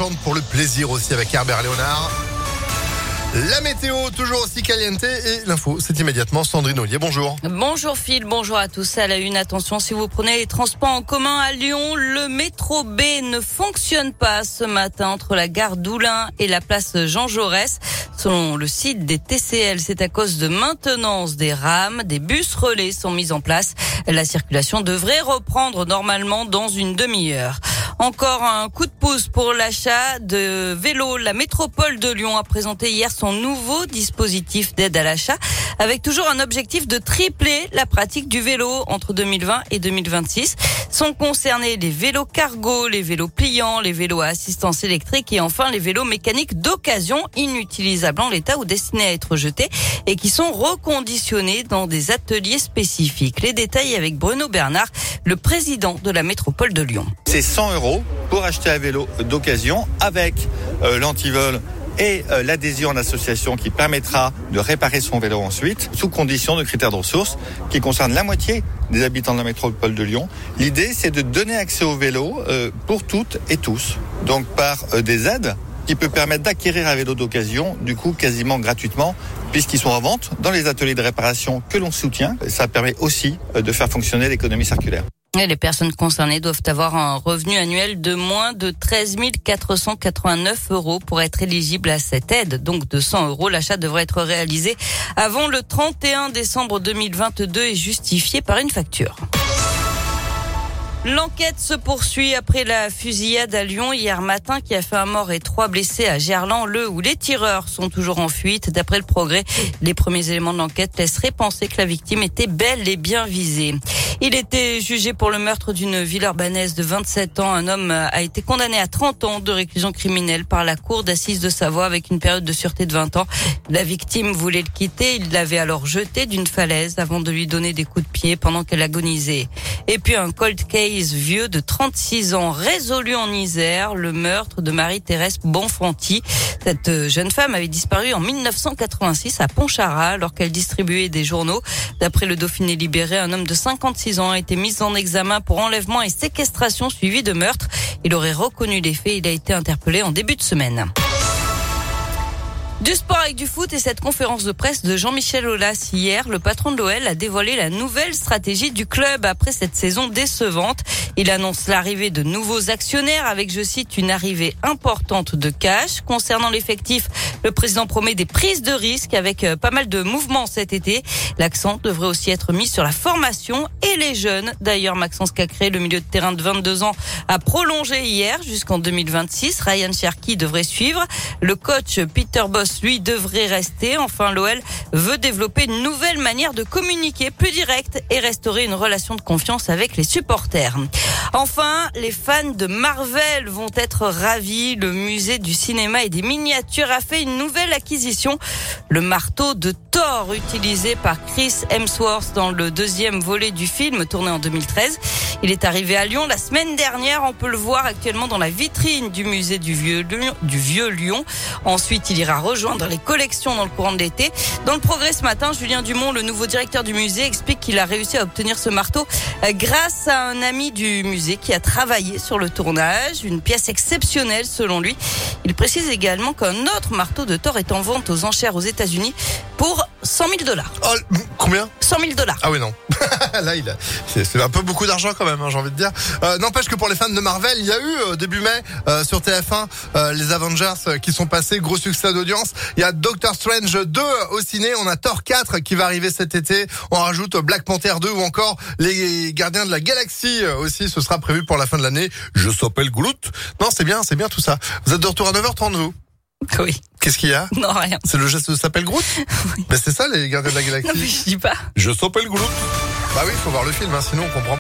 chante pour le plaisir aussi avec Herbert Léonard. La météo, toujours aussi caliente, et l'info, c'est immédiatement Sandrine Ollier. Bonjour. Bonjour Phil, bonjour à tous. À la une, attention, si vous prenez les transports en commun à Lyon, le métro B ne fonctionne pas ce matin entre la gare d'Oulin et la place Jean Jaurès. Selon le site des TCL, c'est à cause de maintenance des rames. Des bus relais sont mis en place. La circulation devrait reprendre normalement dans une demi-heure. Encore un coup de pouce pour l'achat de vélos. La métropole de Lyon a présenté hier son nouveau dispositif d'aide à l'achat avec toujours un objectif de tripler la pratique du vélo entre 2020 et 2026. Sont concernés les vélos cargo, les vélos pliants, les vélos à assistance électrique et enfin les vélos mécaniques d'occasion inutilisables en l'état ou destinés à être jetés et qui sont reconditionnés dans des ateliers spécifiques. Les détails avec Bruno Bernard, le président de la métropole de Lyon. C'est 100 € pour acheter un vélo d'occasion avec l'antivol et l'adhésion en association qui permettra de réparer son vélo ensuite, sous condition de critères de ressources qui concernent la moitié des habitants de la métropole de Lyon. L'idée, c'est de donner accès au vélo pour toutes et tous, donc par des aides qui peut permettre d'acquérir un vélo d'occasion, du coup quasiment gratuitement, puisqu'ils sont en vente dans les ateliers de réparation que l'on soutient. Ça permet aussi de faire fonctionner l'économie circulaire. Et les personnes concernées doivent avoir un revenu annuel de moins de 13 489 € pour être éligibles à cette aide. Donc de 100 €, l'achat devrait être réalisé avant le 31 décembre 2022 et justifié par une facture. L'enquête se poursuit après la fusillade à Lyon hier matin qui a fait un mort et 3 blessés à Gerland, où les tireurs sont toujours en fuite. D'après le Progrès, les premiers éléments de l'enquête laisseraient penser que la victime était bel et bien visée. Il était jugé pour le meurtre d'une Villeurbannaise de 27 ans. Un homme a été condamné à 30 ans de réclusion criminelle par la cour d'assises de Savoie avec une période de sûreté de 20 ans. La victime voulait le quitter. Il l'avait alors jeté d'une falaise avant de lui donner des coups de pied pendant qu'elle agonisait. Et puis un cold case vieux de 36 ans résolu en Isère, le meurtre de Marie-Thérèse Bonfanti. Cette jeune femme avait disparu en 1986 à Pontcharrat alors qu'elle distribuait des journaux. D'après le Dauphiné libéré, un homme de 56 ans a été mis en examen pour enlèvement et séquestration suivi de meurtre. Il aurait reconnu les faits. Il a été interpellé en début de semaine. Du sport avec du foot et cette conférence de presse de Jean-Michel Aulas hier, le patron de l'OL a dévoilé la nouvelle stratégie du club après cette saison décevante. Il annonce l'arrivée de nouveaux actionnaires avec, je cite, une arrivée importante de cash. Concernant l'effectif, le président promet des prises de risques avec pas mal de mouvements cet été. L'accent devrait aussi être mis sur la formation et les jeunes. D'ailleurs, Maxence Cacré, le milieu de terrain de 22 ans, a prolongé hier jusqu'en 2026. Ryan Cherki devrait suivre. Le coach Peter Bosz, lui, devrait rester. Enfin, l'OL veut développer une nouvelle manière de communiquer plus directe et restaurer une relation de confiance avec les supporters. Enfin, les fans de Marvel vont être ravis. Le musée du cinéma et des miniatures a fait une nouvelle acquisition. Le marteau de Thor utilisé par Chris Hemsworth dans le deuxième volet du film tourné en 2013. Il est arrivé à Lyon la semaine dernière. On peut le voir actuellement dans la vitrine du musée du Vieux Lyon. Ensuite, il ira rejoindre les collections dans le courant de l'été. Dans le Progrès ce matin, Julien Dumont, le nouveau directeur du musée, explique qu'il a réussi à obtenir ce marteau grâce à un ami du musée qui a travaillé sur le tournage. Une pièce exceptionnelle selon lui. Il précise également qu'un autre marteau de Thor est en vente aux enchères aux États-Unis pour $100 000. Oh, combien? $100 000. Ah oui, non. Là, c'est un peu beaucoup d'argent quand même, j'ai envie de dire. N'empêche que pour les fans de Marvel, il y a eu début mai sur TF1 les Avengers qui sont passés, gros succès d'audience. Il y a Doctor Strange 2 au ciné, on a Thor 4 qui va arriver cet été. On rajoute Black Panther 2 ou encore les Gardiens de la Galaxie aussi, ce sera prévu pour la fin de l'année. Je s'appelle Groot. Non, c'est bien tout ça. Vous êtes de retour à 9h30 vous? Oui. Qu'est-ce qu'il y a? Non, rien. C'est le geste s'appelle Groot? Oui. Ben c'est ça les Gardiens de la Galaxie. Non, mais je dis pas. Je s'appelle Groot. Bah oui, il faut voir le film, sinon on comprend pas.